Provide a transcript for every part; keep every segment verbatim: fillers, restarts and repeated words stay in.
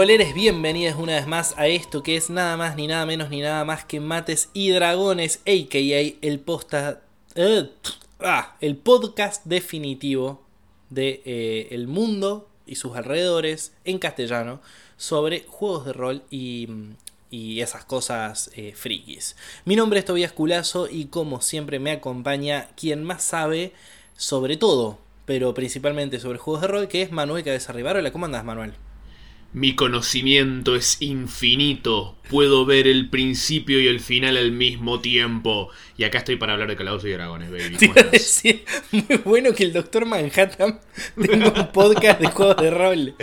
Roleres, bienvenidas una vez más a esto que es nada más ni nada menos ni nada más que Mates y Dragones, a k a el posta, uh, ah, el podcast definitivo de eh, el mundo y sus alrededores en castellano sobre juegos de rol y, y esas cosas eh, frikis. Mi nombre es Tobías Culazo y como siempre me acompaña quien más sabe sobre todo, pero principalmente sobre juegos de rol, que es Manuel Cabeza Rivarola. ¿Cómo andás, Manuel? Mi conocimiento es infinito. Puedo ver el principio y el final al mismo tiempo. Y acá estoy para hablar de Calabozos y Dragones, baby. Te iba a decir, muy bueno que el Doctor Manhattan tenga un podcast de juegos de rol.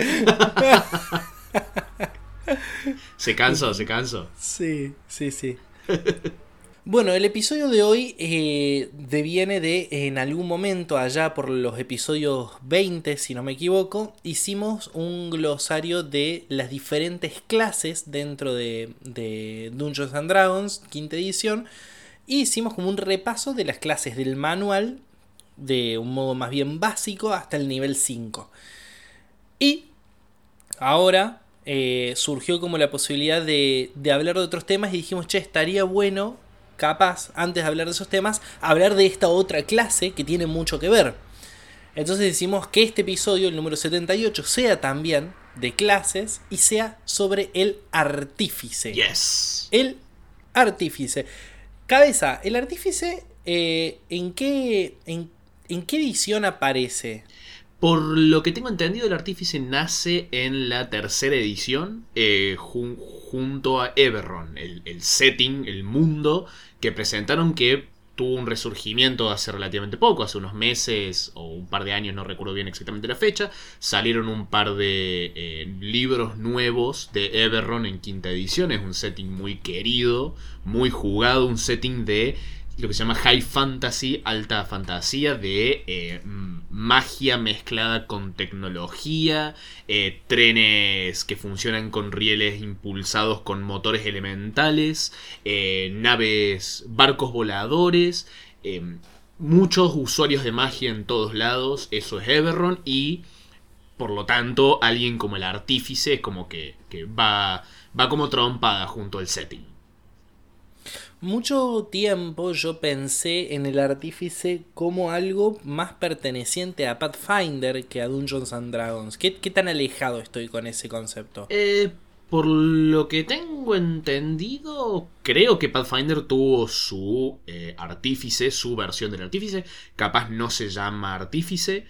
¿Se cansó? ¿Se cansó? Sí, sí, sí. Bueno, el episodio de hoy eh, deviene de, en algún momento, allá por los episodios veinte, si no me equivoco, hicimos un glosario de las diferentes clases dentro de, de Dungeons and Dragons, quinta edición, y hicimos como un repaso de las clases del manual, de un modo más bien básico, hasta el nivel cinco. Y ahora eh, surgió como la posibilidad de, de hablar de otros temas y dijimos, che, estaría bueno, capaz, antes de hablar de esos temas, hablar de esta otra clase que tiene mucho que ver. Entonces decimos que este episodio, el número setenta y ocho, sea también de clases y sea sobre el artífice. Yes. El artífice. Cabeza, el artífice, eh, ¿en qué, en, en qué edición aparece? Por lo que tengo entendido, el artífice nace en la tercera edición, eh, jun- junto a Eberron, el, el setting, el mundo que presentaron, que tuvo un resurgimiento hace relativamente poco, hace unos meses o un par de años, no recuerdo bien exactamente la fecha. Salieron un par de eh, libros nuevos de Eberron en quinta edición. Es un setting muy querido, muy jugado, un setting de lo que se llama high fantasy, alta fantasía, de eh, magia mezclada con tecnología, eh, trenes que funcionan con rieles impulsados con motores elementales, eh, naves, barcos voladores, eh, muchos usuarios de magia en todos lados. Eso es Eberron, y por lo tanto alguien como el artífice es como que, que va, va como trompada junto al setting. Mucho tiempo yo pensé en el artífice como algo más perteneciente a Pathfinder que a Dungeons and Dragons. ¿Qué, qué tan alejado estoy con ese concepto? Eh, por lo que tengo entendido, creo que Pathfinder tuvo su eh, artífice, su versión del artífice. Capaz no se llama artífice,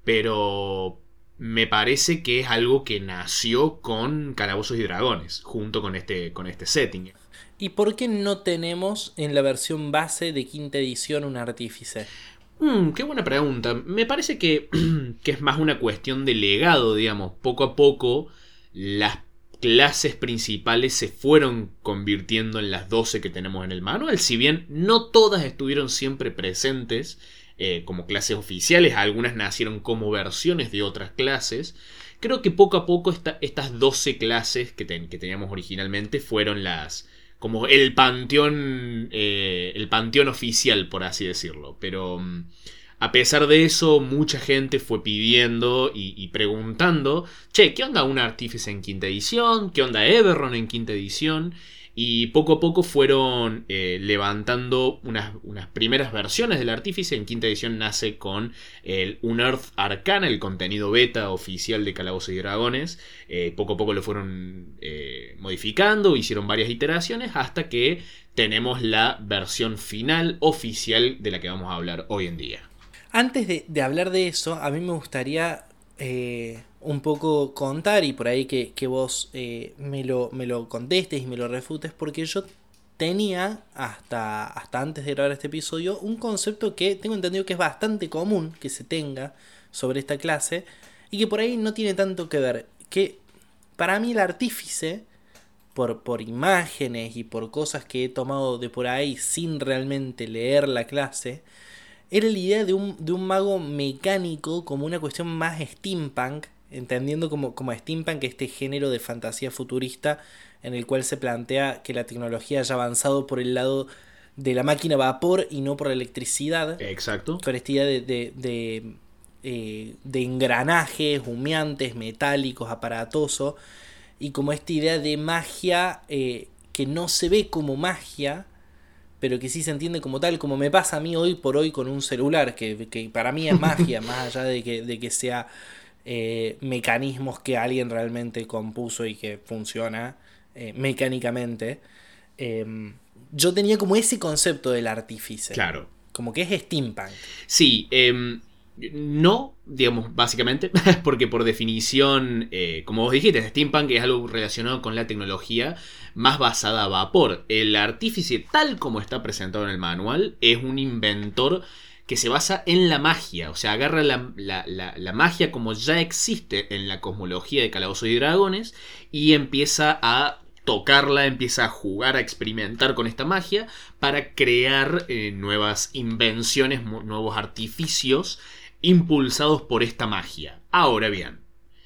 pero me parece que es algo que nació con Calabozos y Dragones, junto con este, con este setting. ¿Y por qué no tenemos en la versión base de quinta edición un artífice? Mm, qué buena pregunta. Me parece que, que es más una cuestión de legado, digamos. Poco a poco las clases principales se fueron convirtiendo en las doce que tenemos en el manual. Si bien no todas estuvieron siempre presentes eh, como clases oficiales, algunas nacieron como versiones de otras clases. Creo que poco a poco esta, estas doce clases que, ten, que teníamos originalmente fueron las... como el panteón, eh, el panteón oficial, por así decirlo. Pero um, a pesar de eso, mucha gente fue pidiendo y, y preguntando, che, ¿qué onda un artífice en quinta edición? ¿Qué onda Eberron en quinta edición? Y poco a poco fueron eh, levantando unas, unas primeras versiones del artífice. En quinta edición nace con el Unearth Arcana, el contenido beta oficial de Calabozos y Dragones. Eh, poco a poco lo fueron eh, modificando, hicieron varias iteraciones hasta que tenemos la versión final oficial de la que vamos a hablar hoy en día. Antes de, de hablar de eso, a mí me gustaría eh, un poco contar, y por ahí que, que vos eh, me, lo, me lo contestes y me lo refutes, porque yo tenía, hasta, hasta antes de grabar este episodio, un concepto que tengo entendido que es bastante común que se tenga sobre esta clase, y que por ahí no tiene tanto que ver. Que para mí el artífice, por, por imágenes y por cosas que he tomado de por ahí sin realmente leer la clase, era la idea de un, de un mago mecánico como una cuestión más steampunk, entendiendo como, como steampunk este género de fantasía futurista en el cual se plantea que la tecnología haya avanzado por el lado de la máquina a vapor y no por la electricidad. Exacto. Con esta idea de, de, de, eh, de engranajes humeantes, metálicos, aparatoso. y como esta idea de magia eh, que no se ve como magia, pero que sí se entiende como tal, como me pasa a mí hoy por hoy con un celular, que, que para mí es magia, más allá de que, de que sea eh, mecanismos que alguien realmente compuso y que funciona eh, mecánicamente. Eh, yo tenía como ese concepto del artífice. Claro. Como que es steampunk. Sí, eh, no, digamos, básicamente, porque por definición, eh, como vos dijiste, steampunk es algo relacionado con la tecnología más basada a vapor. El artífice, tal como está presentado en el manual, es un inventor que se basa en la magia. O sea, agarra la, la, la, la magia como ya existe en la cosmología de Calabozos y Dragones y empieza a tocarla, empieza a jugar, a experimentar con esta magia para crear eh, nuevas invenciones, nuevos artificios impulsados por esta magia. Ahora bien,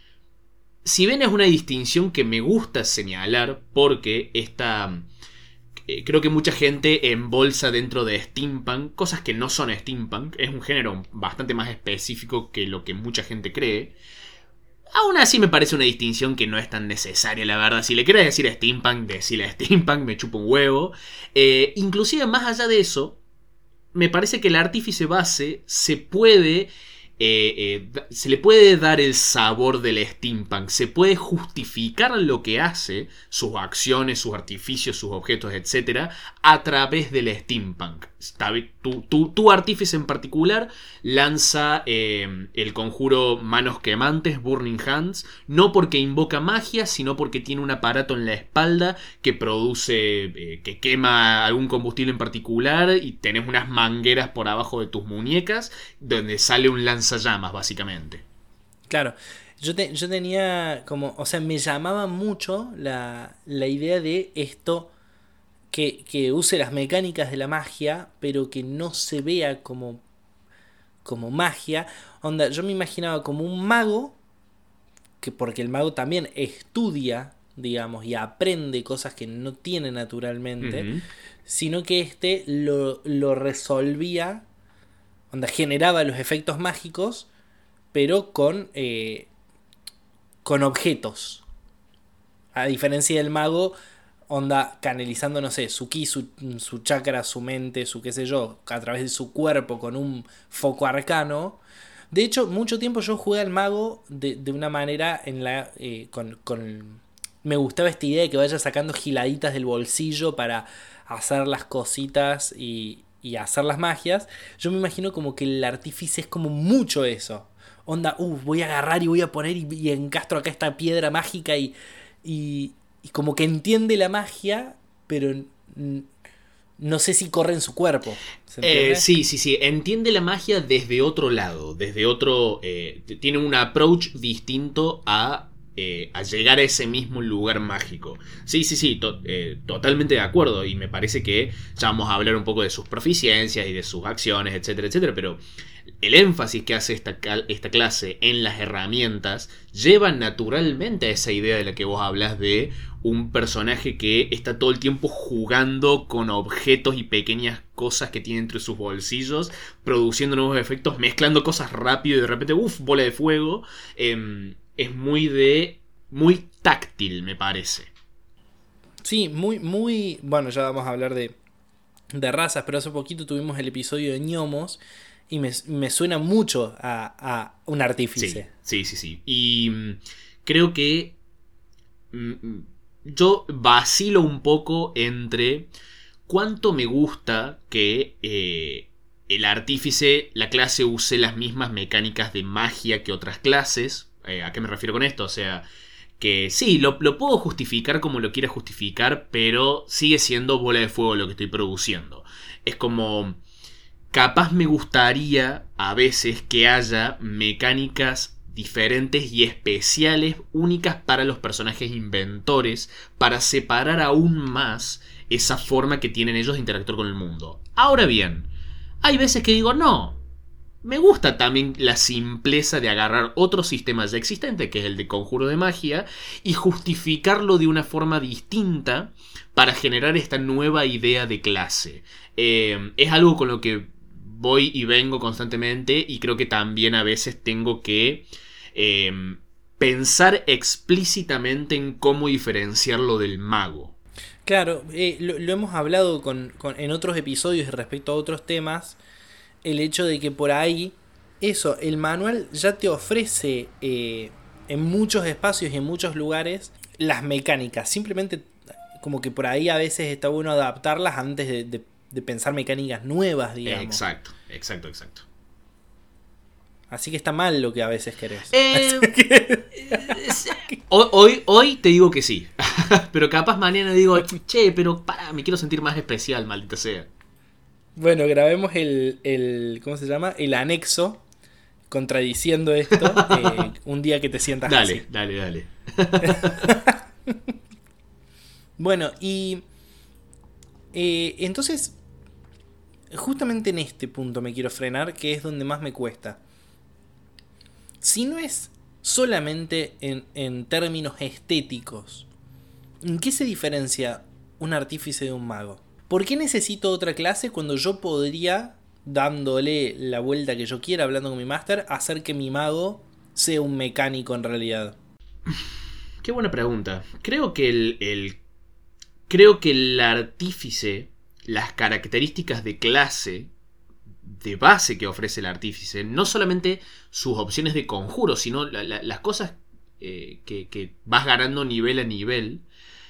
si bien es una distinción que me gusta señalar porque esta... Eh, creo que mucha gente embolsa dentro de steampunk cosas que no son steampunk. Es un género bastante más específico que lo que mucha gente cree. Aún así me parece una distinción que no es tan necesaria, la verdad. Si le quieres decir steampunk, decirle steampunk, me chupa un huevo. Eh, inclusive más allá de eso, me parece que el artífice base se puede... Eh, eh, se le puede dar el sabor del steampunk, se puede justificar lo que hace, sus acciones, sus artificios, sus objetos, etcétera, a través del steampunk. Tu, tu, tu artífice en particular lanza eh, el conjuro Manos Quemantes, Burning Hands, no porque invoca magia, sino porque tiene un aparato en la espalda que produce, eh, que quema algún combustible en particular, y tenés unas mangueras por abajo de tus muñecas donde sale un lanzallamas, básicamente. Claro, yo, te, yo tenía como, o sea, me llamaba mucho la, la idea de esto, que, que use las mecánicas de la magia, pero que no se vea como, como magia. Onda, yo me imaginaba como un mago, que porque el mago también estudia, digamos, y aprende cosas que no tiene naturalmente, uh-huh. sino que este lo, lo resolvía, onda, generaba los efectos mágicos, pero con, eh, con objetos. A diferencia del mago, onda, canalizando, no sé, su ki, su, su chakra, su mente, su qué sé yo, a través de su cuerpo con un foco arcano. De hecho, mucho tiempo yo jugué al mago de, de una manera en la... Eh, con, con me gustaba esta idea de que vaya sacando giladitas del bolsillo para hacer las cositas y, y hacer las magias. Yo me imagino como que el artífice es como mucho eso. Onda, uh, voy a agarrar y voy a poner y, y encastro acá esta piedra mágica y... y Y como que entiende la magia, pero n- no sé si corre en su cuerpo. ¿Se entiende? Eh, sí, sí, sí. Entiende la magia desde otro lado. Desde otro... Eh, tiene un approach distinto a, eh, a llegar a ese mismo lugar mágico. Sí, sí, sí. To- eh, totalmente de acuerdo. Y me parece que ya vamos a hablar un poco de sus proficiencias y de sus acciones, etcétera, etcétera. Pero el énfasis que hace esta, esta clase en las herramientas lleva naturalmente a esa idea de la que vos hablas de un personaje que está todo el tiempo jugando con objetos y pequeñas cosas que tiene entre sus bolsillos, produciendo nuevos efectos, mezclando cosas rápido y de repente, uff, bola de fuego. Eh, es muy de... muy táctil, me parece. Sí, muy, muy... Bueno, ya vamos a hablar de, de razas, pero hace poquito tuvimos el episodio de gnomos y me, me suena mucho a, a un artífice. Sí, sí, sí, sí. Y mm, creo que... Mm, yo vacilo un poco entre cuánto me gusta que eh, el artífice, la clase, use las mismas mecánicas de magia que otras clases. Eh, ¿A qué me refiero con esto? O sea, que sí, lo, lo puedo justificar como lo quiera justificar, pero sigue siendo bola de fuego lo que estoy produciendo. Es como... capaz me gustaría a veces que haya mecánicas diferentes y especiales, únicas para los personajes inventores, para separar aún más esa forma que tienen ellos de interactuar con el mundo. Ahora bien, hay veces que digo, no, me gusta también la simpleza de agarrar otro sistema ya existente, que es el de conjuro de magia, y justificarlo de una forma distinta para generar esta nueva idea de clase. Eh, es algo con lo que voy y vengo constantemente, y creo que también a veces tengo que... Eh, pensar explícitamente en cómo diferenciarlo del mago. Claro, eh, lo, lo hemos hablado con, con, en otros episodios respecto a otros temas, el hecho de que por ahí, eso, el manual ya te ofrece eh, en muchos espacios y en muchos lugares las mecánicas, simplemente como que por ahí a veces está bueno adaptarlas antes de, de, de pensar mecánicas nuevas, digamos. Exacto, exacto, exacto. Así que está mal lo que a veces querés. Eh, hoy, hoy te digo que sí. Pero capaz mañana digo, che, pero pará, me quiero sentir más especial, maldita sea. Bueno, grabemos el, el ¿cómo se llama? El anexo contradiciendo esto eh, un día que te sientas dale, así. Dale, dale, dale. Bueno, y eh, entonces, justamente en este punto me quiero frenar, que es donde más me cuesta. Si no es solamente en, en términos estéticos, ¿en qué se diferencia un artífice de un mago? ¿Por qué necesito otra clase cuando yo podría, dándole la vuelta que yo quiera, hablando con mi máster, hacer que mi mago sea un mecánico en realidad? Qué buena pregunta. Creo que el, el creo que el artífice, las características de clase, de base que ofrece el artífice, no solamente sus opciones de conjuro, sino la, la, las cosas eh, que, que vas ganando nivel a nivel,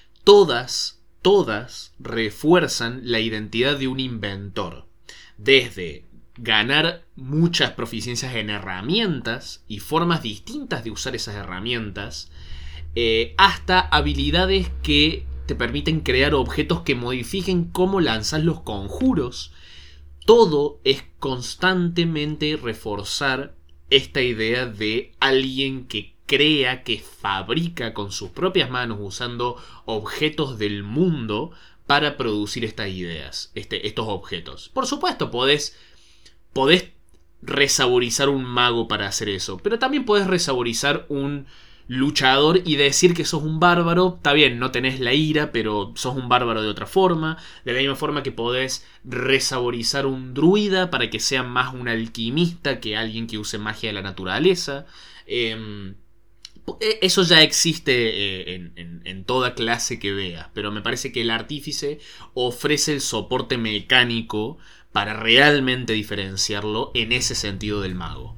todas, todas refuerzan la identidad de un inventor. Desde ganar muchas proficiencias en herramientas y formas distintas de usar esas herramientas, eh, hasta habilidades que te permiten crear objetos que modifiquen cómo lanzas los conjuros. Todo es constantemente reforzar esta idea de alguien que crea, que fabrica con sus propias manos, usando objetos del mundo para producir estas ideas, este, estos objetos. Por supuesto, podés, podés resaborizar un mago para hacer eso, pero también podés resaborizar un luchador y decir que sos un bárbaro. Está bien, no tenés la ira, pero sos un bárbaro de otra forma. De la misma forma que podés resaborizar un druida para que sea más un alquimista que alguien que use magia de la naturaleza. Eh, eso ya existe eh, en, en, en toda clase que veas, pero me parece que el artífice ofrece el soporte mecánico para realmente diferenciarlo en ese sentido del mago.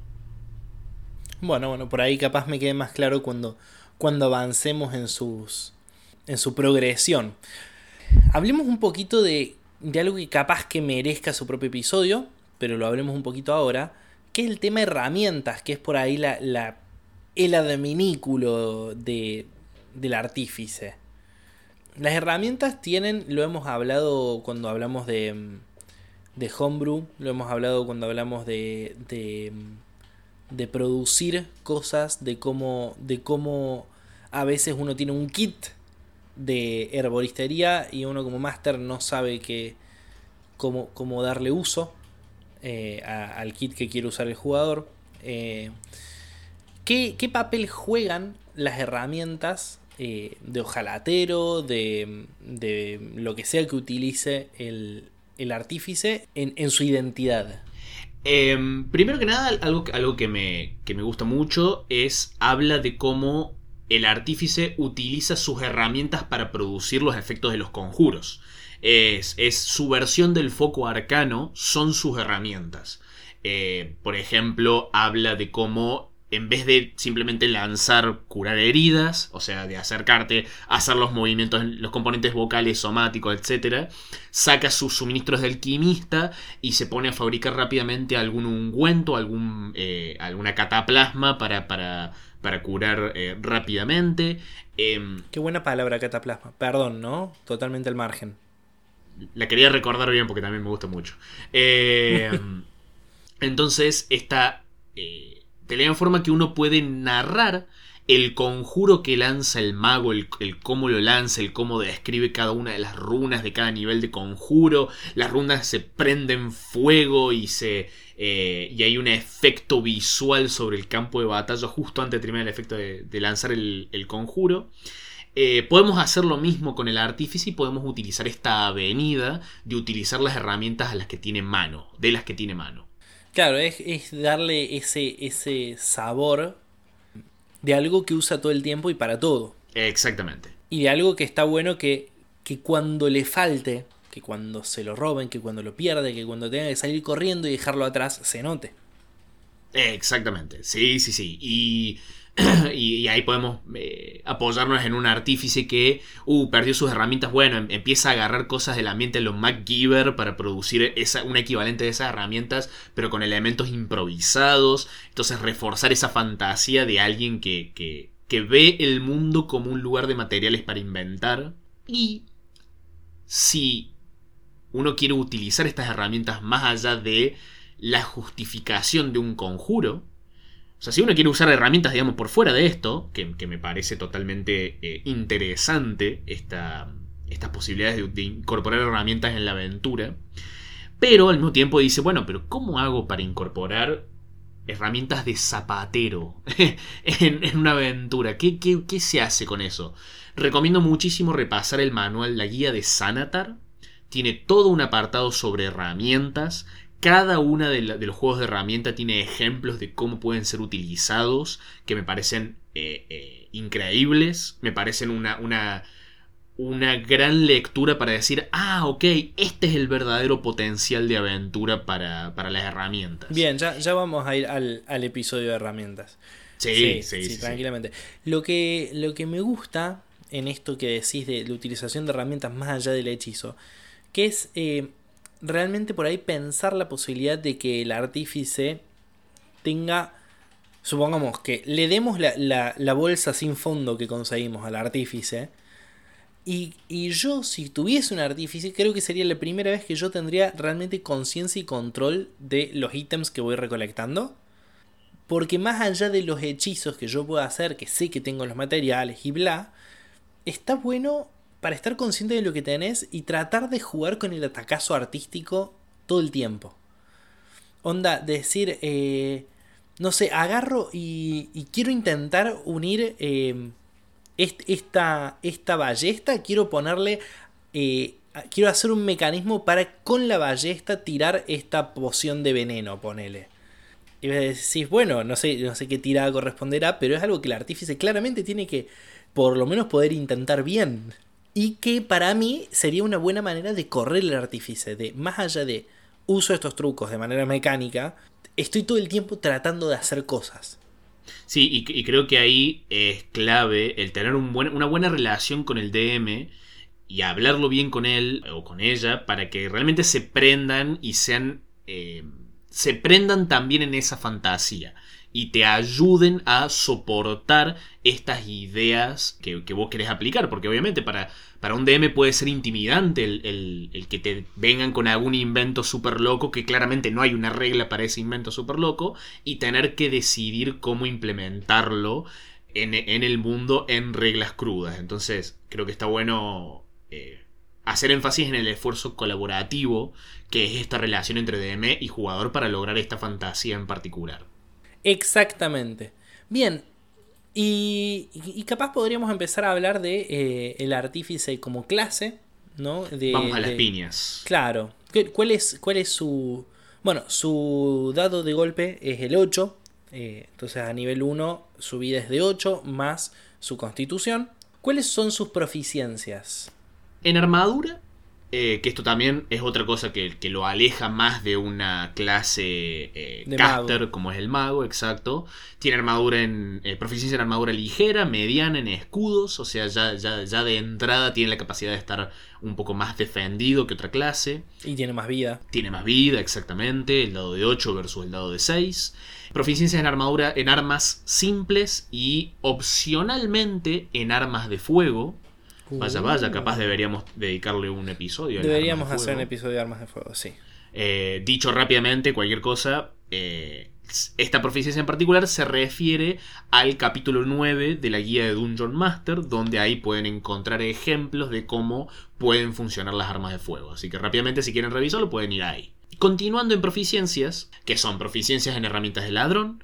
Bueno, bueno, por ahí capaz me quede más claro cuando, cuando avancemos en sus en su progresión. Hablemos un poquito de, de algo que capaz que merezca su propio episodio, pero lo hablemos un poquito ahora, que es el tema de herramientas, que es por ahí la, la el adminículo de, del artífice. Las herramientas tienen, lo hemos hablado cuando hablamos de, de Homebrew, lo hemos hablado cuando hablamos de... de de producir cosas, de cómo, de cómo a veces uno tiene un kit de herboristería y uno como máster no sabe que, cómo, cómo darle uso eh, a, al kit que quiere usar el jugador. Eh, ¿qué, ¿Qué papel juegan las herramientas eh, de hojalatero, de, de lo que sea que utilice el, el artífice en, en su identidad? Eh, primero que nada, algo, algo que, me, que me gusta mucho es, habla de cómo el artífice utiliza sus herramientas para producir los efectos de los conjuros. Es, es su versión del foco arcano, son sus herramientas. Eh, por ejemplo, habla de cómo en vez de simplemente lanzar curar heridas, o sea, de acercarte, hacer los movimientos, los componentes vocales, somáticos, etcétera, saca sus suministros de alquimista y se pone a fabricar rápidamente algún ungüento, algún, eh, alguna cataplasma para, para, para curar eh, rápidamente. Eh, Qué buena palabra, cataplasma. Perdón, ¿no? Totalmente al margen. La quería recordar bien porque también me gusta mucho. Eh, entonces, esta... Eh, de la misma forma que uno puede narrar el conjuro que lanza el mago, el, el cómo lo lanza, el cómo describe cada una de las runas de cada nivel de conjuro. Las runas se prenden fuego y se eh, y hay un efecto visual sobre el campo de batalla justo antes de terminar el efecto de, de lanzar el, el conjuro. Eh, podemos hacer lo mismo con el artífice y podemos utilizar esta avenida de utilizar las herramientas a las que tiene mano, de las que tiene mano. Claro, es, es darle ese, ese sabor de algo que usa todo el tiempo y para todo. Exactamente. Y de algo que está bueno que, que cuando le falte, que cuando se lo roben, que cuando lo pierda, que cuando tenga que salir corriendo y dejarlo atrás, se note. Exactamente, sí, sí, sí. Y, y, y ahí podemos eh, apoyarnos en un artífice que uh, perdió sus herramientas. Bueno, em, empieza a agarrar cosas del ambiente de los MacGyver para producir esa, un equivalente de esas herramientas, pero con elementos improvisados. Entonces reforzar esa fantasía de alguien que, que, que ve el mundo como un lugar de materiales para inventar. Y si uno quiere utilizar estas herramientas más allá de la justificación de un conjuro, o sea, si uno quiere usar herramientas, digamos, por fuera de esto, que, que me parece totalmente eh, interesante esta, estas posibilidades de, de incorporar herramientas en la aventura, pero al mismo tiempo dice, bueno, pero ¿cómo hago para incorporar herramientas de zapatero en, en una aventura? ¿Qué, qué, ¿Qué se hace con eso? Recomiendo muchísimo repasar el manual, la guía de Xanatar. Tiene todo un apartado sobre herramientas. Cada una de, la, de los juegos de herramienta tiene ejemplos de cómo pueden ser utilizados, que me parecen eh, eh, increíbles. Me parecen una, una, una gran lectura para decir, ah, ok, este es el verdadero potencial de aventura para, para las herramientas. Bien, ya, ya vamos a ir al, al episodio de herramientas. Sí, sí, sí, sí, sí, tranquilamente. sí. Lo que, lo que me gusta en esto que decís de la utilización de herramientas más allá del hechizo, que es eh, realmente por ahí pensar la posibilidad de que el artífice tenga, supongamos que le demos la, la, la bolsa sin fondo que conseguimos al artífice, y, y yo si tuviese un artífice creo que sería la primera vez que yo tendría realmente conciencia y control de los ítems que voy recolectando, porque más allá de los hechizos que yo pueda hacer, que sé que tengo los materiales y bla, está bueno para estar consciente de lo que tenés y tratar de jugar con el atacazo artístico todo el tiempo. Onda, decir, eh, no sé, agarro y, y quiero intentar unir eh, est, esta, esta ballesta, quiero ponerle, eh, quiero hacer un mecanismo para con la ballesta tirar esta poción de veneno, ponele. Y decís, bueno, no sé, no sé qué tirada corresponderá, pero es algo que el artífice claramente tiene que, por lo menos, poder intentar bien. Y que para mí sería una buena manera de correr el artífice, de más allá de uso estos trucos de manera mecánica, estoy todo el tiempo tratando de hacer cosas. Sí, y, y creo que ahí es clave el tener un buen, una buena relación con el D M y hablarlo bien con él o con ella para que realmente se prendan y sean eh, se prendan también en esa fantasía y te ayuden a soportar estas ideas que, que vos querés aplicar. Porque obviamente para, para un D M puede ser intimidante el, el, el que te vengan con algún invento súper loco, que claramente no hay una regla para ese invento súper loco, y tener que decidir cómo implementarlo en, en el mundo en reglas crudas. Entonces creo que está bueno eh, hacer énfasis en el esfuerzo colaborativo que es esta relación entre D M y jugador para lograr esta fantasía en particular. Exactamente. Bien, y, y capaz podríamos empezar a hablar de eh, el artífice como clase, ¿no? De, Vamos a las de, piñas. Claro. ¿Cuál es, cuál es su... Bueno, su dado de golpe es el ocho. Eh, entonces a nivel uno su vida es de ocho más su constitución. ¿Cuáles son sus proficiencias? En armadura, eh, que esto también es otra cosa que, que lo aleja más de una clase eh, caster mago, como es el mago, exacto. Tiene armadura en eh, proficiencia en armadura ligera, mediana en escudos, o sea, ya, ya, ya de entrada tiene la capacidad de estar un poco más defendido que otra clase. Y tiene más vida. Tiene más vida, exactamente, el dado de ocho versus el dado de seis. Proficiencia en armadura en armas simples y opcionalmente en armas de fuego. Vaya, vaya, capaz deberíamos dedicarle un episodio a Deberíamos de hacer un episodio de armas de fuego, sí. Eh, dicho rápidamente, cualquier cosa, eh, esta proficiencia en particular se refiere al capítulo nueve de la guía de Dungeon Master, donde ahí pueden encontrar ejemplos de cómo pueden funcionar las armas de fuego. Así que rápidamente, si quieren revisarlo, pueden ir ahí. Continuando en proficiencias, que son proficiencias en herramientas de ladrón,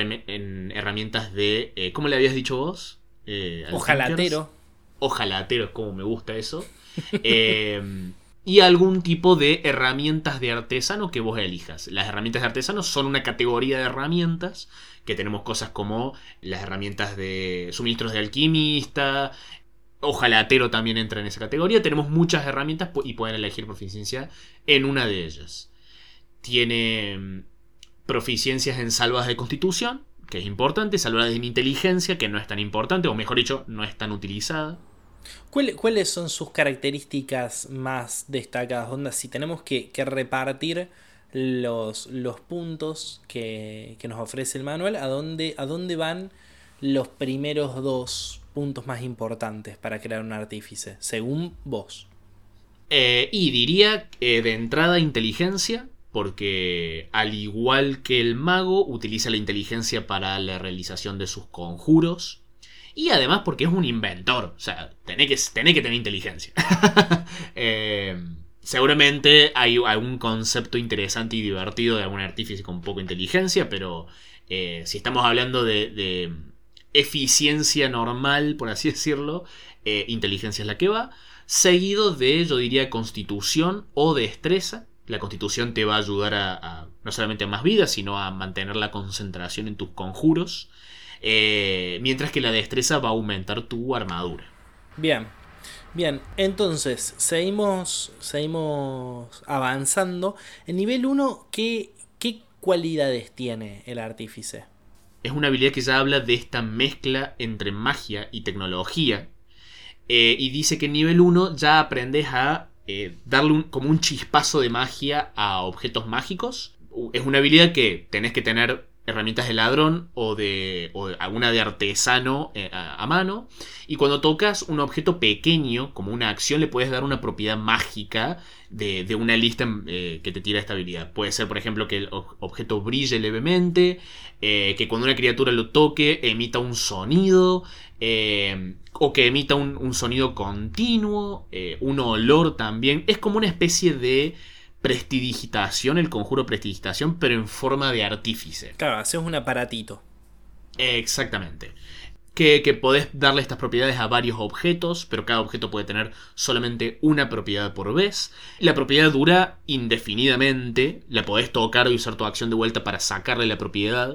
en herramientas de... Eh, ¿Cómo le habías dicho vos? Eh, Ojalatero. Ojalatero, es como me gusta eso. Eh, y algún tipo de herramientas de artesano que vos elijas. Las herramientas de artesano son una categoría de herramientas que tenemos cosas como las herramientas de suministros de alquimista, hojalatero también entra en esa categoría. Tenemos muchas herramientas y pueden elegir proficiencia en una de ellas. Tiene proficiencias en salvas de constitución, que es importante, salvadas en inteligencia, que no es tan importante, o mejor dicho, no es tan utilizada. ¿Cuáles son sus características más destacadas? Onda, si tenemos que, que repartir los, los puntos que, que nos ofrece el manual, ¿a dónde, ¿a dónde van los primeros dos puntos más importantes para crear un artífice, según vos? Eh, y diría eh, de entrada inteligencia, porque al igual que el mago, utiliza la inteligencia para la realización de sus conjuros. Y además porque es un inventor. O sea, tenés que, tenés que tener inteligencia. eh, seguramente hay algún concepto interesante y divertido de algún artífice con poca inteligencia. Pero eh, si estamos hablando de, de eficiencia normal, por así decirlo, eh, inteligencia es la que va. Seguido de, yo diría, constitución o destreza. La constitución te va a ayudar a, a no solamente a más vida, sino a mantener la concentración en tus conjuros. Eh, mientras que la destreza va a aumentar tu armadura. Bien, bien, entonces seguimos, seguimos avanzando. En nivel uno, ¿qué, ¿qué cualidades tiene el artífice? Es una habilidad que ya habla de esta mezcla entre magia y tecnología. Eh, y dice que en nivel uno ya aprendes a eh, darle un, como un chispazo de magia a objetos mágicos. Es una habilidad que tenés que tener herramientas de ladrón o de, o de alguna de artesano eh, a, a mano. Y cuando tocas un objeto pequeño, como una acción, le puedes dar una propiedad mágica de, de una lista eh, que te tira esta habilidad. Puede ser, por ejemplo, que el objeto brille levemente, eh, que cuando una criatura lo toque emita un sonido, eh, o que emita un, un sonido continuo, eh, un olor también. Es como una especie de prestidigitación, el conjuro prestidigitación, pero en forma de artífice. Claro, haces un aparatito. Exactamente. Que, que podés darle estas propiedades a varios objetos, pero cada objeto puede tener solamente una propiedad por vez. La propiedad dura indefinidamente, la podés tocar y usar tu acción de vuelta para sacarle la propiedad.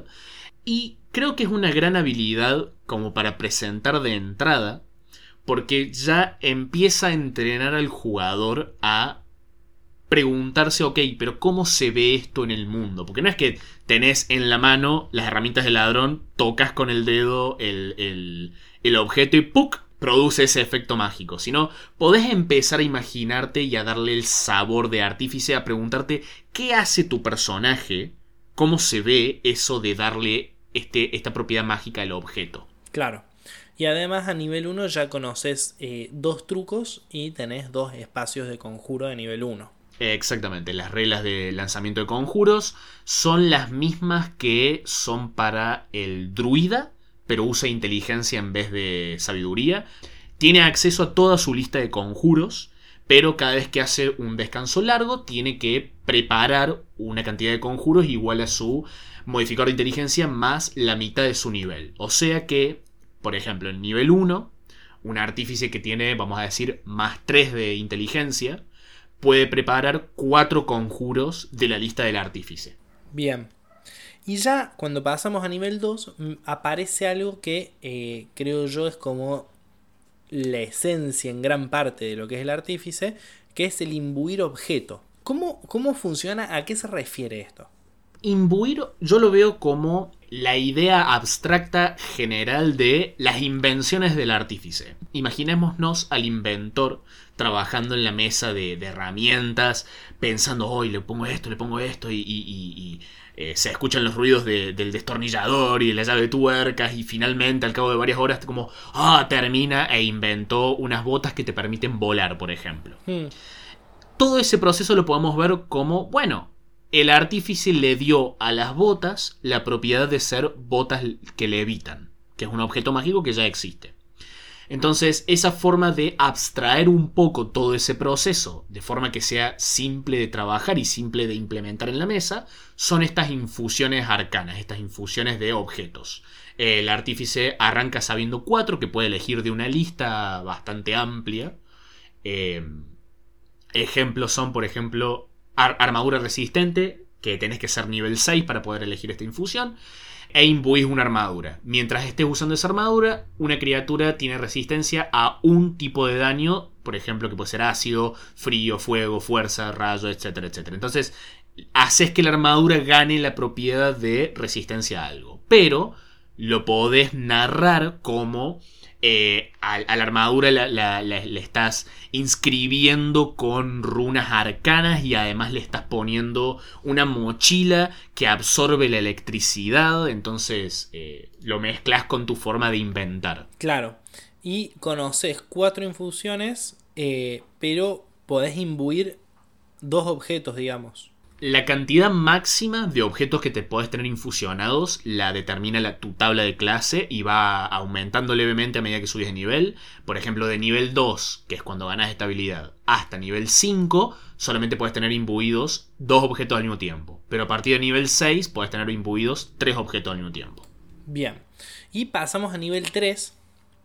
Y creo que es una gran habilidad como para presentar de entrada, porque ya empieza a entrenar al jugador a preguntarse, ok, pero ¿cómo se ve esto en el mundo? Porque no es que tenés en la mano las herramientas del ladrón, tocas con el dedo el, el, el objeto y ¡puc! Produce ese efecto mágico. Sino podés empezar a imaginarte y a darle el sabor de artífice, a preguntarte qué hace tu personaje, cómo se ve eso de darle este, esta propiedad mágica al objeto. Claro. Y además a nivel uno ya conoces eh, dos trucos y tenés dos espacios de conjuro de nivel uno. Exactamente, las reglas de lanzamiento de conjuros son las mismas que son para el druida, pero usa inteligencia en vez de sabiduría. Tiene acceso a toda su lista de conjuros, pero cada vez que hace un descanso largo tiene que preparar una cantidad de conjuros igual a su modificador de inteligencia más la mitad de su nivel. O sea que, por ejemplo, en nivel uno, un artífice que tiene, vamos a decir, más tres de inteligencia, puede preparar cuatro conjuros de la lista del artífice. Bien. Y ya cuando pasamos a nivel dos, aparece algo que eh, creo yo es como la esencia en gran parte de lo que es el artífice, que es el imbuir objeto. ¿Cómo, cómo funciona? ¿A qué se refiere esto? Imbuir yo lo veo como la idea abstracta general de las invenciones del artífice. Imaginémonos al inventor trabajando en la mesa de, de herramientas, pensando, hoy oh, le pongo esto, le pongo esto, y, y, y, y eh, se escuchan los ruidos de, del destornillador y de la llave de tuercas, y finalmente, al cabo de varias horas, como, ah, termina e inventó unas botas que te permiten volar, por ejemplo. Hmm. Todo ese proceso lo podemos ver como, bueno, el artífice le dio a las botas la propiedad de ser botas que levitan, que es un objeto mágico que ya existe. Entonces, esa forma de abstraer un poco todo ese proceso, de forma que sea simple de trabajar y simple de implementar en la mesa, son estas infusiones arcanas, estas infusiones de objetos. El artífice arranca sabiendo cuatro, que puede elegir de una lista bastante amplia. Eh, Ejemplos son, por ejemplo, ar- armadura resistente, que tenés que ser nivel seis para poder elegir esta infusión, e imbuís una armadura. Mientras estés usando esa armadura, una criatura tiene resistencia a un tipo de daño, por ejemplo, que puede ser ácido, frío, fuego, fuerza, rayo, etcétera, etcétera. Entonces, haces que la armadura gane la propiedad de resistencia a algo. Pero lo podés narrar como eh, a, a la armadura la, la, la, le estás inscribiendo con runas arcanas y además le estás poniendo una mochila que absorbe la electricidad. Entonces eh, lo mezclas con tu forma de inventar. Claro. Y conoces cuatro infusiones, eh, pero podés imbuir dos objetos, digamos. La cantidad máxima de objetos que te podés tener infusionados la determina la, tu tabla de clase y va aumentando levemente a medida que subes de nivel. Por ejemplo, de nivel dos, que es cuando ganas estabilidad, hasta nivel cinco, solamente puedes tener imbuidos dos objetos al mismo tiempo. Pero a partir de nivel seis, puedes tener imbuidos tres objetos al mismo tiempo. Bien. Y pasamos a nivel tres.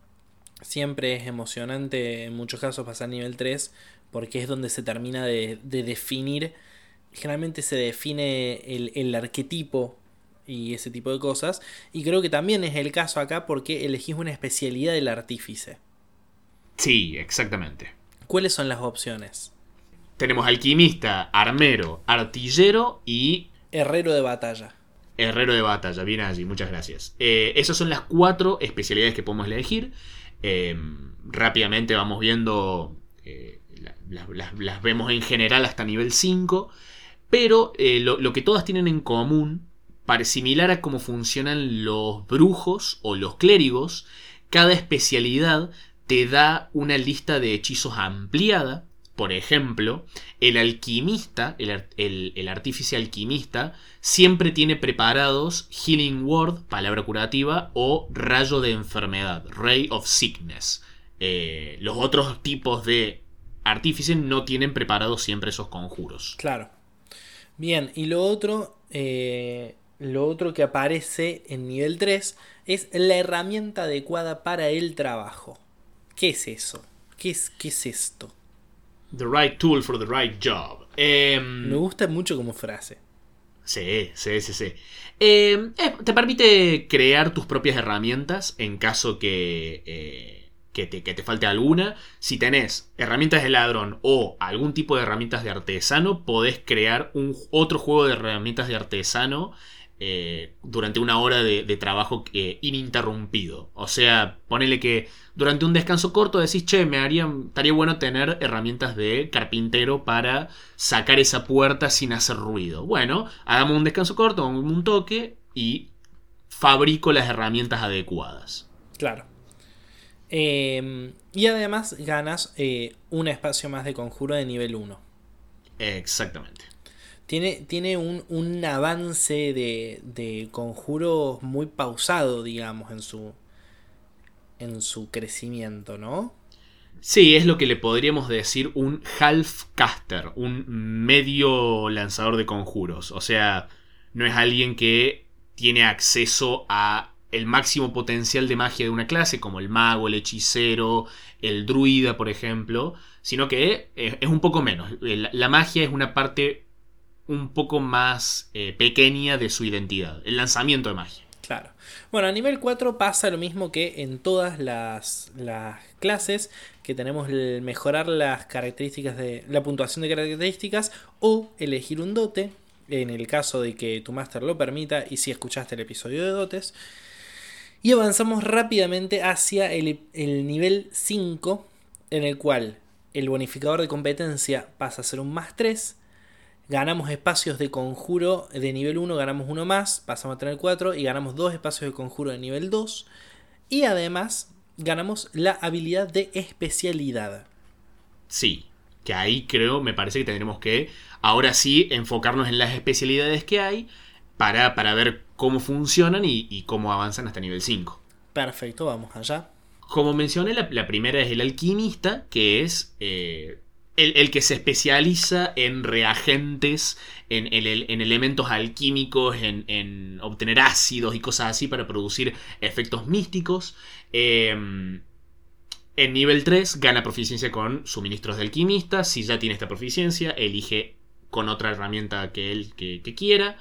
Siempre es emocionante en muchos casos pasar a nivel tres, porque es donde se termina de, de definir. Generalmente se define el, el arquetipo y ese tipo de cosas. Y creo que también es el caso acá porque elegís una especialidad del artífice. Sí, exactamente. ¿Cuáles son las opciones? Tenemos alquimista, armero, artillero y Herrero de batalla. herrero de batalla. Bien allí, muchas gracias. Eh, esas son las cuatro especialidades que podemos elegir. Eh, rápidamente vamos viendo... Eh, las, las, las vemos en general hasta nivel cinco. Pero eh, lo, lo que todas tienen en común, para similar a cómo funcionan los brujos o los clérigos, cada especialidad te da una lista de hechizos ampliada. Por ejemplo, el alquimista, el, el, el artífice alquimista, siempre tiene preparados Healing Word, palabra curativa, o rayo de enfermedad, Ray of Sickness. Eh, los otros tipos de artífices no tienen preparados siempre esos conjuros. Claro. Bien, y lo otro, eh, lo otro que aparece en nivel tres es la herramienta adecuada para el trabajo. ¿Qué es eso? ¿Qué es, qué es esto? The right tool for the right job. Eh, Me gusta mucho como frase. Sí, sí, sí, sí. Eh, eh, te permite crear tus propias herramientas en caso que... Eh, Que te, que te falte alguna. Si tenés herramientas de ladrón o algún tipo de herramientas de artesano, podés crear un, otro juego de herramientas de artesano eh, durante una hora de, de trabajo eh, ininterrumpido. O sea, ponele que durante un descanso corto decís, che, me haría, estaría bueno tener herramientas de carpintero para sacar esa puerta sin hacer ruido. Bueno, hagamos un descanso corto, un toque y fabrico las herramientas adecuadas. Claro. Eh, y además ganas eh, un espacio más de conjuro de nivel uno. Exactamente. Tiene, tiene un, un avance de, de conjuros muy pausado, digamos, en su, en su crecimiento, ¿no? Sí, es lo que le podríamos decir un half caster, un medio lanzador de conjuros. O sea, no es alguien que tiene acceso a el máximo potencial de magia de una clase, como el mago, el hechicero, el druida, por ejemplo, sino que es un poco menos. La magia es una parte un poco más eh, pequeña de su identidad, el lanzamiento de magia. Claro. Bueno, a nivel cuatro pasa lo mismo que en todas las, las clases, que tenemos el mejorar las características de la puntuación de características o elegir un dote, en el caso de que tu máster lo permita y si escuchaste el episodio de dotes. Y avanzamos rápidamente hacia el, el nivel cinco, en el cual el bonificador de competencia pasa a ser un más tres. Ganamos espacios de conjuro de nivel uno, ganamos uno más, pasamos a tener cuatro y ganamos dos espacios de conjuro de nivel dos. Y además ganamos la habilidad de especialidad. Sí, que ahí creo, me parece que tendremos que ahora sí enfocarnos en las especialidades que hay para, para ver cómo funcionan y, y cómo avanzan hasta nivel cinco. Perfecto, vamos allá. Como mencioné, la, la primera es el alquimista, que es eh, el, el que se especializa en reagentes, en, en, en elementos alquímicos, en, en obtener ácidos y cosas así para producir efectos místicos. Eh, En nivel tres gana proficiencia con suministros de alquimista. Si ya tiene esta proficiencia, elige con otra herramienta que él que, que quiera.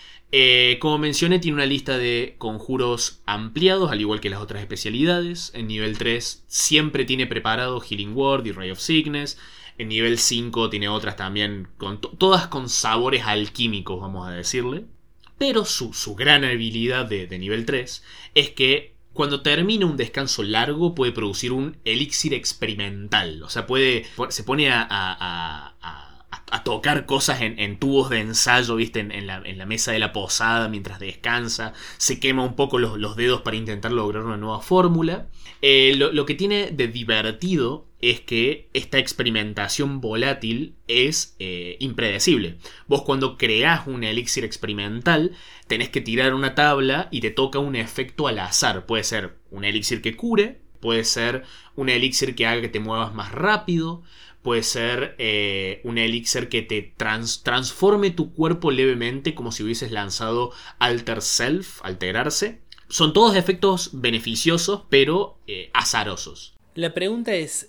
Eh, como mencioné, tiene una lista de conjuros ampliados, al igual que las otras especialidades. En nivel tres siempre tiene preparado Healing Word y Ray of Sickness. En nivel cinco tiene otras también, con todas con sabores alquímicos, vamos a decirle. Pero su, su gran habilidad de, de nivel tres es que cuando termina un descanso largo puede producir un elixir experimental. O sea, puede se pone a, a, a, a a tocar cosas en, en tubos de ensayo, ¿viste? En, en, la, en la mesa de la posada mientras descansa. Se quema un poco los, los dedos para intentar lograr una nueva fórmula. Eh, lo, lo que tiene de divertido es que esta experimentación volátil es eh, impredecible. Vos cuando creás un elixir experimental tenés que tirar una tabla y te toca un efecto al azar. Puede ser un elixir que cure, puede ser un elixir que haga que te muevas más rápido, puede ser eh, un elixir que te trans- transforme tu cuerpo levemente, como si hubieses lanzado Alter Self, alterarse. Son todos efectos beneficiosos, pero eh, azarosos. La pregunta es,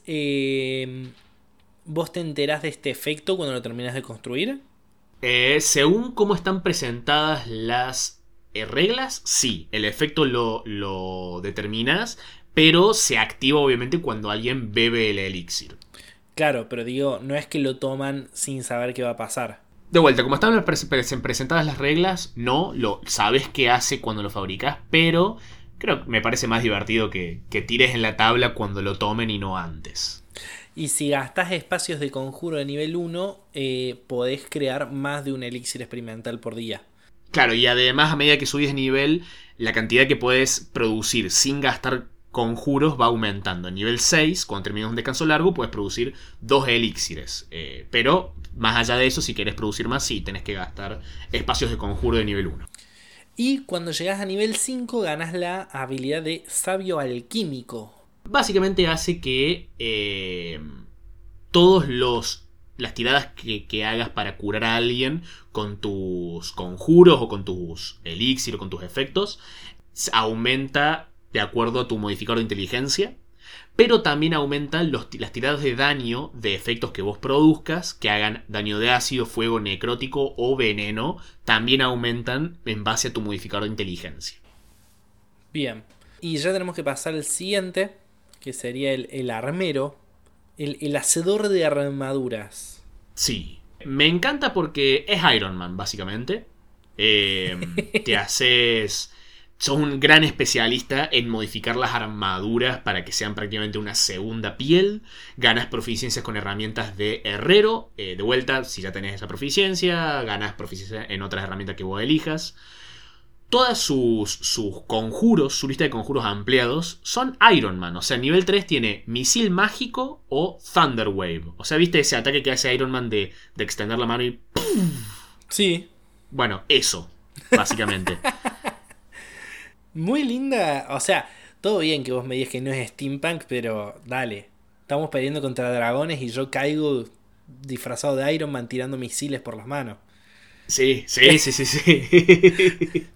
eh, ¿vos te enterás de este efecto cuando lo terminas de construir? Eh, según cómo están presentadas las eh, reglas, sí, el efecto lo, lo determinas, pero se activa obviamente cuando alguien bebe el elixir. Claro, pero digo, no es que lo toman sin saber qué va a pasar. De vuelta, como están presentadas las reglas, no, lo sabes qué hace cuando lo fabricas, pero creo que me parece más divertido que, que tires en la tabla cuando lo tomen y no antes. Y si gastás espacios de conjuro de nivel uno, eh, podés crear más de un elixir experimental por día. Claro, y además a medida que subís de nivel, la cantidad que puedes producir sin gastar conjuros va aumentando. En nivel seis, cuando terminas un descanso largo, puedes producir dos elixires. Eh, pero más allá de eso, si querés producir más, sí, tenés que gastar espacios de conjuro de nivel uno. Y cuando llegas a nivel cinco, ganas la habilidad de sabio alquímico. Básicamente hace que eh, todos los las tiradas que, que hagas para curar a alguien con tus conjuros o con tus elixir o con tus efectos aumenta de acuerdo a tu modificador de inteligencia, pero también aumentan los, las tiradas de daño de efectos que vos produzcas, que hagan daño de ácido, fuego, necrótico o veneno, también aumentan en base a tu modificador de inteligencia. Bien, y ya tenemos que pasar al siguiente, que sería el, el armero, el, el hacedor de armaduras. Sí, me encanta porque es Iron Man, básicamente. Eh, te haces... Sos un gran especialista en modificar las armaduras para que sean prácticamente una segunda piel. Ganas proficiencias con herramientas de herrero. Eh, de vuelta, si ya tenés esa proficiencia, ganas proficiencia en otras herramientas que vos elijas. Todas sus, sus conjuros, su lista de conjuros ampliados, son Iron Man. O sea, nivel tres tiene misil mágico o Thunder Wave. O sea, ¿viste ese ataque que hace Iron Man de, de extender la mano y... Sí. Bueno, eso, básicamente. Muy linda, o sea, todo bien que vos me digas que no es steampunk, pero dale, estamos peleando contra dragones y yo caigo disfrazado de Iron Man tirando misiles por las manos. Sí, sí, sí, sí, sí.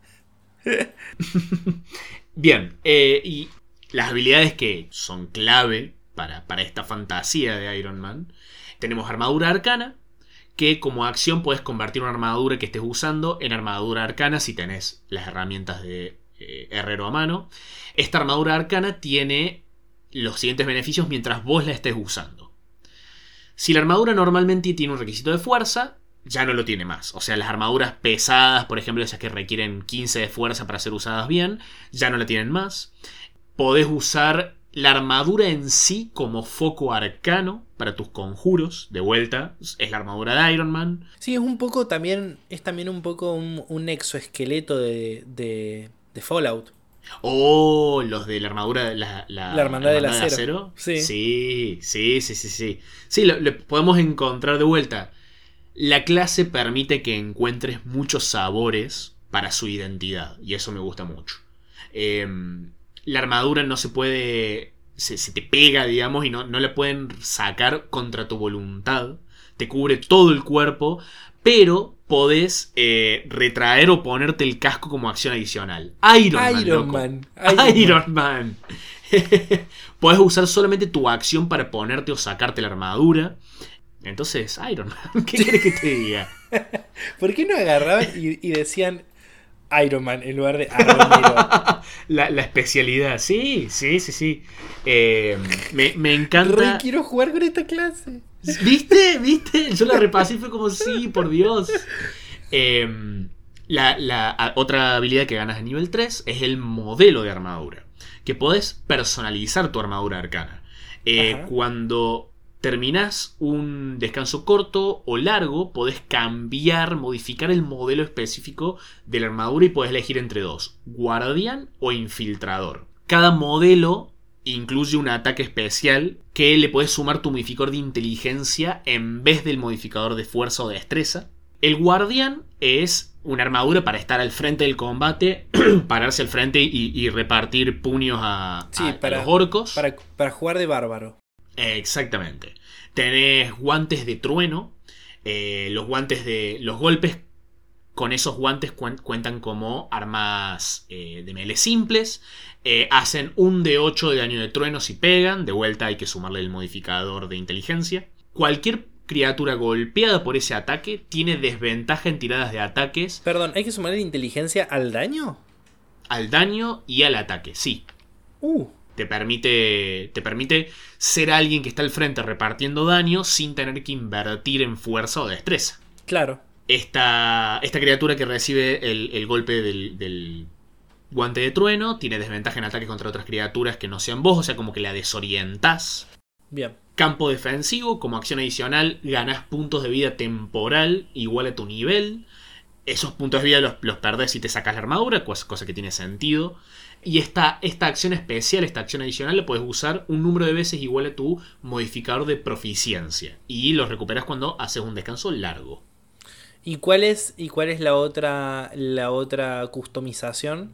Bien, eh, y las habilidades que son clave para, para esta fantasía de Iron Man, tenemos armadura arcana, que como acción puedes convertir una armadura que estés usando en armadura arcana si tenés las herramientas de eh, herrero a mano. Esta armadura arcana tiene los siguientes beneficios mientras vos la estés usando. Si la armadura normalmente tiene un requisito de fuerza, ya no lo tiene más. O sea, las armaduras pesadas, por ejemplo, esas que requieren quince de fuerza para ser usadas bien, ya no la tienen más. Podés usar la armadura en sí como foco arcano para tus conjuros. De vuelta, es la armadura de Iron Man. Sí, es un poco también, es también un poco un, un exoesqueleto de, de, de Fallout. Oh, los de la armadura, la, la, la hermandad del acero. acero. Sí, sí, sí, sí, sí. Sí, sí lo, lo podemos encontrar de vuelta. La clase permite que encuentres muchos sabores para su identidad, y eso me gusta mucho. Eh, la armadura no se puede... Se, se te pega, digamos, y no, no la pueden sacar contra tu voluntad. Te cubre todo el cuerpo, pero podés eh, retraer o ponerte el casco como acción adicional. Iron Man, Iron loco. Man. Iron, Iron Man. Man. Podés usar solamente tu acción para ponerte o sacarte la armadura. Entonces, Iron Man, ¿qué querés que te diga? ¿Por qué no agarraban y, y decían Iron Man en lugar de Aronero? la, la especialidad, sí, sí, sí, sí. Eh, me, me encanta. Re quiero jugar con esta clase. ¿Viste? ¿Viste? Yo la repasé y fue como, sí, por Dios. Eh, la, la otra habilidad que ganas a nivel tres es el modelo de armadura. Que podés personalizar tu armadura arcana. Eh, cuando terminás un descanso corto o largo, podés cambiar, modificar el modelo específico de la armadura y podés elegir entre dos: guardián o infiltrador. Cada modelo incluye un ataque especial que le podés sumar tu modificador de inteligencia en vez del modificador de fuerza o de destreza. El guardián es una armadura para estar al frente del combate, pararse al frente y, y repartir puños a, sí, a, para, a los orcos. Para, para jugar de bárbaro. Exactamente. Tenés guantes de trueno. Eh, los guantes de. Los golpes con esos guantes cuen, cuentan como armas eh, de melee simples. Eh, hacen un de ocho de daño de trueno si pegan. De vuelta hay que sumarle el modificador de inteligencia. Cualquier criatura golpeada por ese ataque tiene desventaja en tiradas de ataques. Perdón, ¿hay que sumarle inteligencia al daño? Al daño y al ataque, sí. Uh. Te permite, te permite ser alguien que está al frente repartiendo daño sin tener que invertir en fuerza o destreza. Claro. Esta, esta criatura que recibe el, el golpe del, del guante de trueno tiene desventaja en ataques contra otras criaturas que no sean vos, o sea, como que la desorientás. Bien. Campo defensivo, como acción adicional, ganás puntos de vida temporal igual a tu nivel. Esos puntos de vida los, los perdés si te sacas la armadura, cosa, cosa que tiene sentido. Y esta, esta acción especial, esta acción adicional, la puedes usar un número de veces igual a tu modificador de proficiencia. Y los recuperas cuando haces un descanso largo. ¿Y cuál es, y cuál es la otra, la otra customización?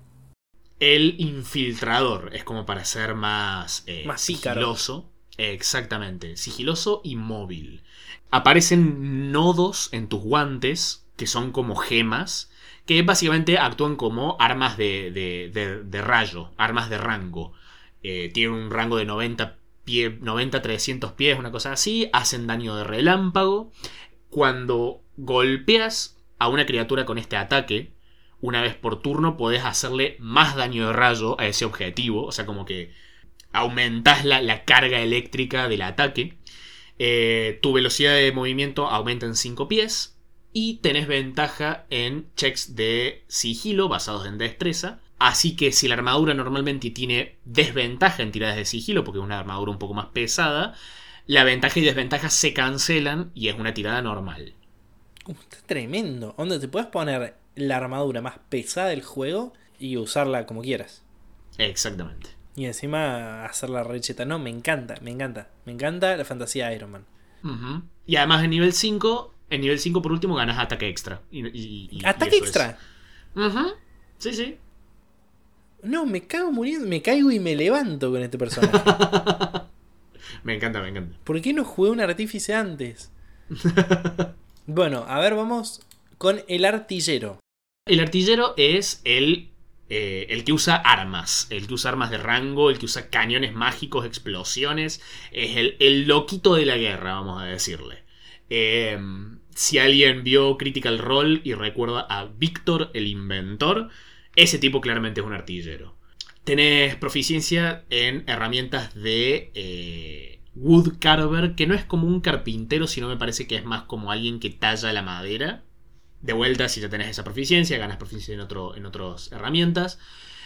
El infiltrador es como para ser más, eh, más sigiloso. Exactamente, sigiloso y móvil. Aparecen nodos en tus guantes que son como gemas, que básicamente actúan como armas de, de, de, de rayo, armas de rango. Eh, tienen un rango de noventa, pie, noventa a trescientos pies, una cosa así. Hacen daño de relámpago. Cuando golpeas a una criatura con este ataque, una vez por turno podés hacerle más daño de rayo a ese objetivo. O sea, como que aumentás la, la carga eléctrica del ataque. Eh, tu velocidad de movimiento aumenta en cinco pies. Y tenés ventaja en checks de sigilo basados en destreza. Así que si la armadura normalmente tiene desventaja en tiradas de sigilo, porque es una armadura un poco más pesada, la ventaja y desventaja se cancelan y es una tirada normal. Uh, está tremendo. Donde te puedes poner la armadura más pesada del juego y usarla como quieras. Exactamente. Y encima hacerla recheta. No, me encanta, me encanta. Me encanta la fantasía de Iron Man. Uh-huh. Y además en nivel cinco... En nivel cinco, por último, ganas ataque extra. Y, y, y, ¿Ataque y extra? Es... Uh-huh. Sí, sí. No, me cago muriendo. Me caigo y me levanto con este personaje. Me encanta, me encanta. ¿Por qué no jugué un artífice antes? Bueno, a ver, vamos con el artillero. El artillero es el, eh, el que usa armas. El que usa armas de rango, el que usa cañones mágicos, explosiones. Es el, el loquito de la guerra, vamos a decirle. Eh, si alguien vio Critical Role y recuerda a Víctor el Inventor, ese tipo claramente es un artillero. Tenés proficiencia en herramientas de eh, Woodcarver, que no es como un carpintero, sino me parece que es más como alguien que talla la madera. De vuelta, si ya tenés esa proficiencia, ganas proficiencia en, otro, en otras herramientas.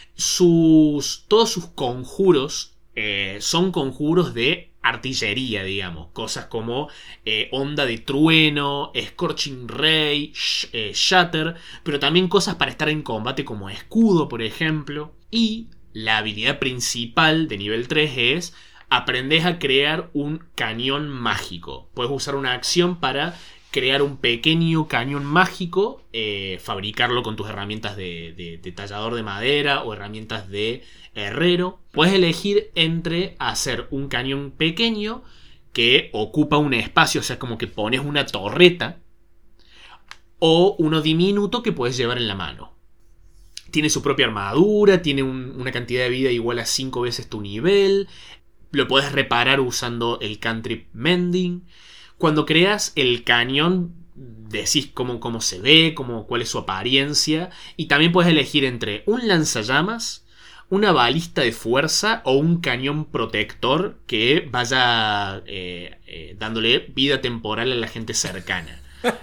Sus, todos sus conjuros eh, son conjuros de artillería, digamos. Cosas como eh, onda de trueno, Scorching Ray, sh- eh, Shatter, pero también cosas para estar en combate como escudo, por ejemplo. Y la habilidad principal de nivel tres es: aprendés a crear un cañón mágico. Puedes usar una acción para crear un pequeño cañón mágico, eh, fabricarlo con tus herramientas de, de, de tallador de madera o herramientas de herrero. Puedes elegir entre hacer un cañón pequeño que ocupa un espacio, o sea, como que pones una torreta, o uno diminuto que puedes llevar en la mano. Tiene su propia armadura, tiene un, una cantidad de vida igual a cinco veces tu nivel. Lo puedes reparar usando el cantrip Mending. Cuando creas el cañón, decís cómo, cómo se ve, cómo, cuál es su apariencia. Y también puedes elegir entre un lanzallamas, una balista de fuerza o un cañón protector que vaya eh, eh, dándole vida temporal a la gente cercana.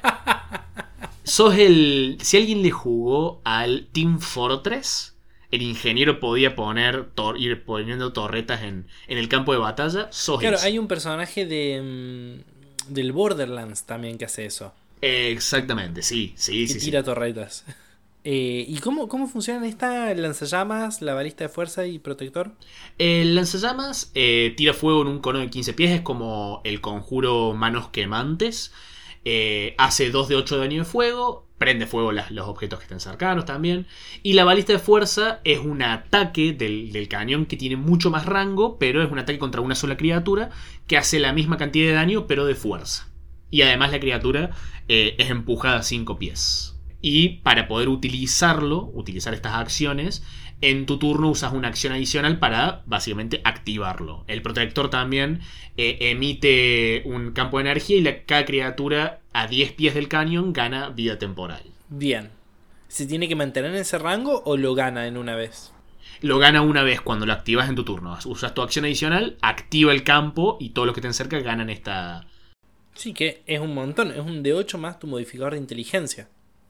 Sos el... Si alguien le jugó al Team Fortress, el ingeniero podía poner tor- ir poniendo torretas en, en el campo de batalla. Sos Claro, ese. hay un personaje de mm, del Borderlands también que hace eso. Exactamente, sí, sí, Que sí. tira sí. torretas. Eh, ¿Y cómo, cómo funcionan esta lanzallamas, la balista de fuerza y protector? El lanzallamas eh, tira fuego en un cono de quince pies, es como el conjuro Manos Quemantes. Eh, hace dos de ocho de daño de fuego, prende fuego las, los objetos que estén cercanos también. Y la balista de fuerza es un ataque del, del cañón que tiene mucho más rango, pero es un ataque contra una sola criatura que hace la misma cantidad de daño, pero de fuerza. Y además la criatura eh, es empujada a cinco pies. Y para poder utilizarlo, utilizar estas acciones, en tu turno usas una acción adicional para básicamente activarlo. El protector también eh, emite un campo de energía y la, cada criatura a diez pies del cañón gana vida temporal. Bien. ¿Se tiene que mantener en ese rango o lo gana en una vez? Lo gana una vez cuando lo activas en tu turno. Usas tu acción adicional, activa el campo y todos los que estén cerca ganan esta... Sí, que es un montón. Es un D ocho más tu modificador de inteligencia.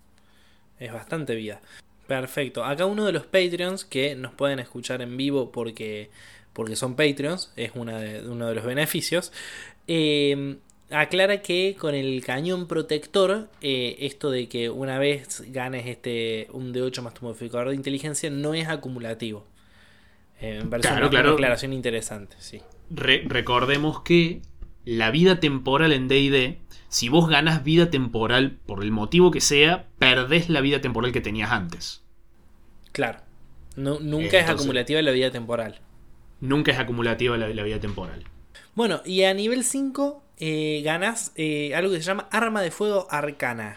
Es bastante vida. Perfecto. Acá uno de los Patreons que nos pueden escuchar en vivo porque, porque son Patreons, es una de, uno de los beneficios, eh, aclara que con el cañón protector, eh, esto de que una vez ganes este un D ocho más tu modificador de inteligencia no es acumulativo. Eh, me parece Claro, una, claro. una aclaración interesante, sí. Re- recordemos que la vida temporal en D and D, si vos ganas vida temporal por el motivo que sea, perdés la vida temporal que tenías antes. Claro. No, nunca Entonces, es acumulativa la vida temporal. Nunca es acumulativa la, la vida temporal. Bueno, y a nivel cinco eh, ganas eh, algo que se llama arma de fuego arcana.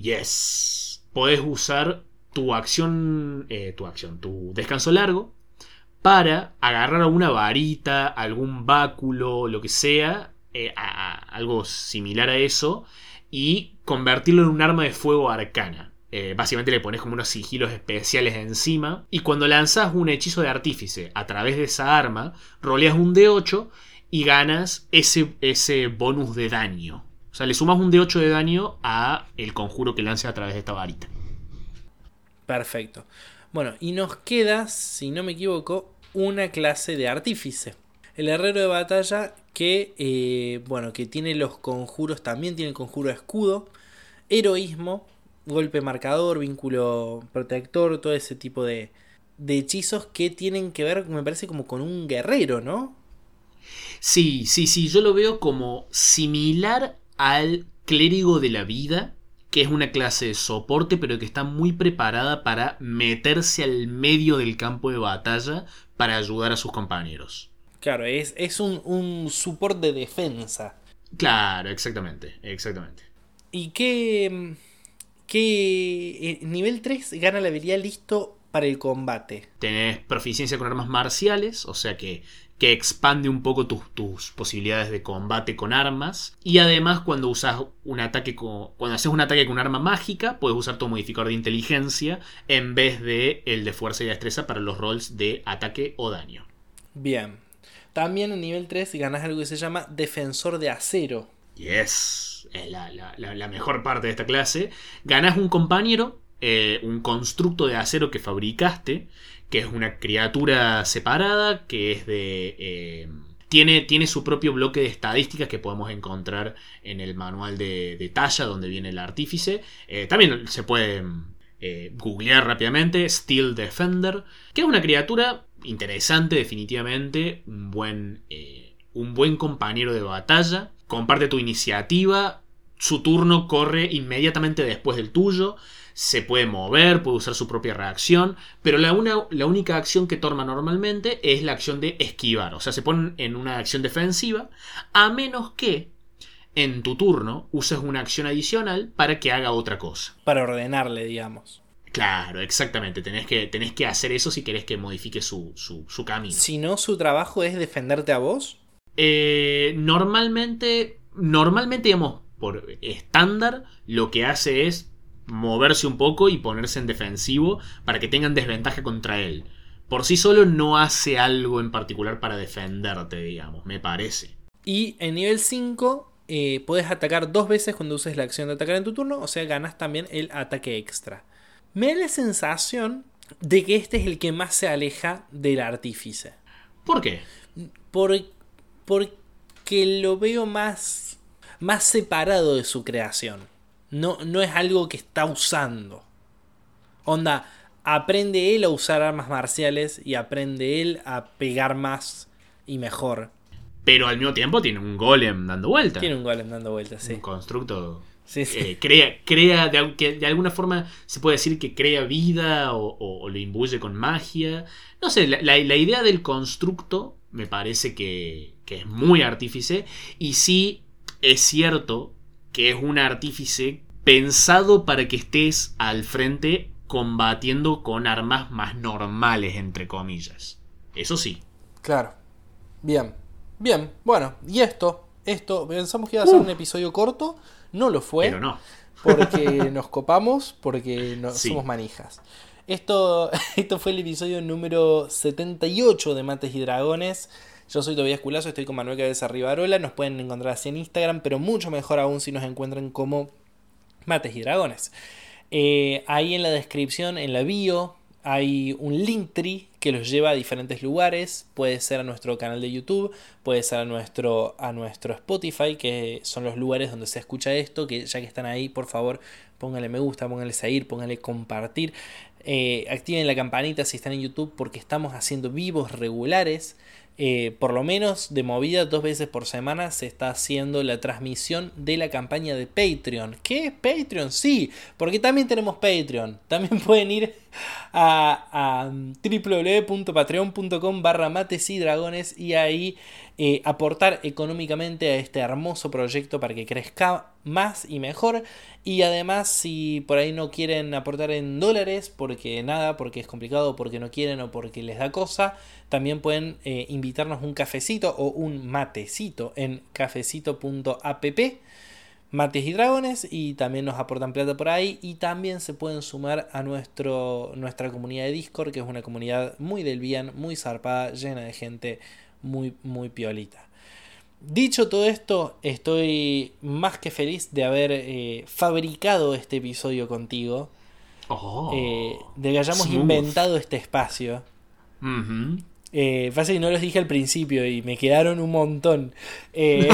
Yes. Podés usar tu acción, eh, tu acción, tu descanso largo para agarrar alguna varita, algún báculo, lo que sea, eh, a, a, algo similar a eso, y convertirlo en un arma de fuego arcana. Eh, básicamente le pones como unos sigilos especiales encima, y cuando lanzas un hechizo de artífice a través de esa arma, roleas un D ocho y ganas ese, ese bonus de daño. O sea, le sumas un D ocho de daño a el conjuro que lances a través de esta varita. Perfecto. Bueno, y nos queda, si no me equivoco, una clase de artífice. El herrero de batalla que, eh, bueno, que tiene los conjuros, también tiene el conjuro de escudo, heroísmo, golpe marcador, vínculo protector, todo ese tipo de, de hechizos que tienen que ver, me parece, como con un guerrero, ¿no? Sí, sí, sí, yo lo veo como similar al clérigo de la vida, que es una clase de soporte, pero que está muy preparada para meterse al medio del campo de batalla para ayudar a sus compañeros. Claro, es, es un, un support de defensa. Claro, exactamente, exactamente. ¿Y qué, qué eh, nivel tres gana la habilidad listo para el combate? Tenés proficiencia con armas marciales, o sea que, que expande un poco tus, tus posibilidades de combate con armas. Y además cuando usas un ataque con, cuando haces un ataque con un arma mágica, puedes usar tu modificador de inteligencia en vez de el de fuerza y destreza para los rolls de ataque o daño. Bien. También en nivel tres ganas algo que se llama defensor de acero. Yes, es la, la, la, la mejor parte de esta clase. Ganas un compañero, eh, un constructo de acero que fabricaste, que es una criatura separada, que es de... Eh, tiene, tiene su propio bloque de estadísticas que podemos encontrar en el manual de, de talla donde viene el artífice. Eh, también se puede eh, googlear rápidamente, Steel Defender, que es una criatura interesante definitivamente, un buen, eh, un buen compañero de batalla, comparte tu iniciativa, su turno corre inmediatamente después del tuyo, se puede mover, puede usar su propia reacción, pero la, una, la única acción que toma normalmente es la acción de esquivar, o sea, se pone en una acción defensiva, a menos que en tu turno uses una acción adicional para que haga otra cosa. Para ordenarle, digamos. Claro, exactamente. Tenés que, tenés que hacer eso si querés que modifique su, su, su camino. Si no, su trabajo es defenderte a vos. Eh, normalmente, normalmente, digamos, por estándar, lo que hace es moverse un poco y ponerse en defensivo para que tengan desventaja contra él. Por sí solo no hace algo en particular para defenderte, digamos, me parece. Y en nivel cinco eh, puedes atacar dos veces cuando uses la acción de atacar en tu turno, o sea, ganas también el ataque extra. Me da la sensación de que este es el que más se aleja del artífice. ¿Por qué? Por, porque lo veo más, más separado de su creación. No, no es algo que está usando. Onda, aprende él a usar armas marciales y aprende él a pegar más y mejor. Pero al mismo tiempo tiene un golem dando vueltas. Tiene un golem dando vueltas, sí. Un constructo. Sí, sí. Eh, crea, crea de, que de alguna forma se puede decir que crea vida o, o, o lo imbuye con magia. No sé, la, la, la idea del constructo me parece que, que es muy artífice. Y sí es cierto que es un artífice pensado para que estés al frente combatiendo con armas más normales, entre comillas. Eso sí. Claro. Bien. Bien. Bueno, y esto, esto, pensamos que iba a ser uh. un episodio corto. No lo fue. Pero no. Porque nos copamos, porque no, sí. somos manijas. Esto, esto fue el episodio número setenta y ocho de Mates y Dragones. Yo soy Tobías Culazo, estoy con Manuel Cabeza Rivarola. Nos pueden encontrar así en Instagram, pero mucho mejor aún si nos encuentran como Mates y Dragones. Eh, ahí en la descripción, en la bio, hay un Linktree que los lleva a diferentes lugares. Puede ser a nuestro canal de YouTube, puede ser a nuestro, a nuestro Spotify, que son los lugares donde se escucha esto. Que ya que están ahí, por favor, pónganle me gusta, pónganle seguir, pónganle compartir. Eh, activen la campanita si están en YouTube, porque estamos haciendo vivos regulares. Eh, por lo menos de movida dos veces por semana se está haciendo la transmisión de la campaña de Patreon. ¿Qué es Patreon? Sí, porque también tenemos Patreon. También pueden ir a, a doble u doble u doble u punto patreon punto com barra mates y dragones y ahí eh, aportar económicamente a este hermoso proyecto para que crezca más y mejor. Y además, si por ahí no quieren aportar en dólares, porque nada, porque es complicado, porque no quieren o porque les da cosa, también pueden eh, invitarnos un cafecito o un matecito en cafecito punto app, Mates y Dragones, y también nos aportan plata por ahí. Y también se pueden sumar a nuestro, nuestra comunidad de Discord, que es una comunidad muy del bien, muy zarpada, llena de gente muy, muy piolita. Dicho todo esto, estoy más que feliz de haber eh, fabricado este episodio contigo. Oh, eh, de que hayamos smooth. inventado este espacio. Uh-huh. Eh, pasa que no los dije al principio y me quedaron un montón. Eh,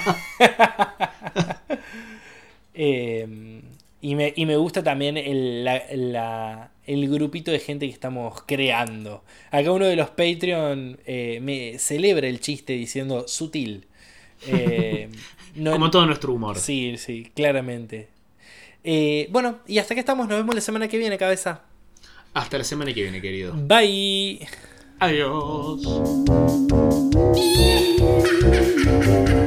eh, y, me, y me gusta también el, la, la, el grupito de gente que estamos creando. Acá uno de los Patreon eh, me celebra el chiste diciendo sutil. Eh, no, Como todo nuestro humor. Sí, sí, claramente. Eh, bueno, y hasta que estamos. Nos vemos la semana que viene, cabeza. Hasta la semana que viene, querido. Bye. Adiós.